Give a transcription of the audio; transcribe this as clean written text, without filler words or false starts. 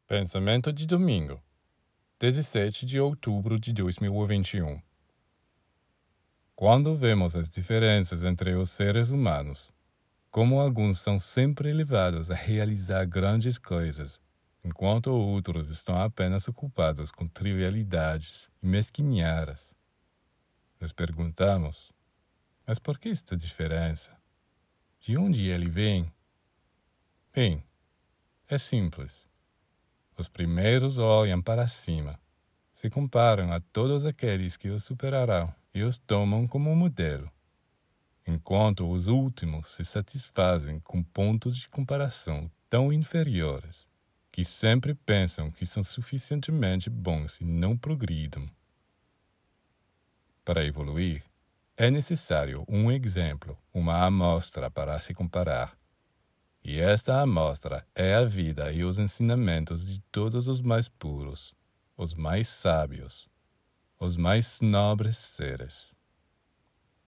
Pensamento de domingo, 17 de outubro de 2021. Quando vemos as diferenças entre os seres humanos, como alguns são sempre levados a realizar grandes coisas, enquanto outros estão apenas ocupados com trivialidades e mesquinharas, nos perguntamos: mas por que esta diferença? De onde ele vem? Bem, é simples. Os primeiros olham para cima, se comparam a todos aqueles que os superarão e os tomam como modelo, enquanto os últimos se satisfazem com pontos de comparação tão inferiores que sempre pensam que são suficientemente bons e não progridem. Para evoluir, é necessário um exemplo, uma amostra para se comparar. E esta amostra é a vida e os ensinamentos de todos os mais puros, os mais sábios, os mais nobres seres.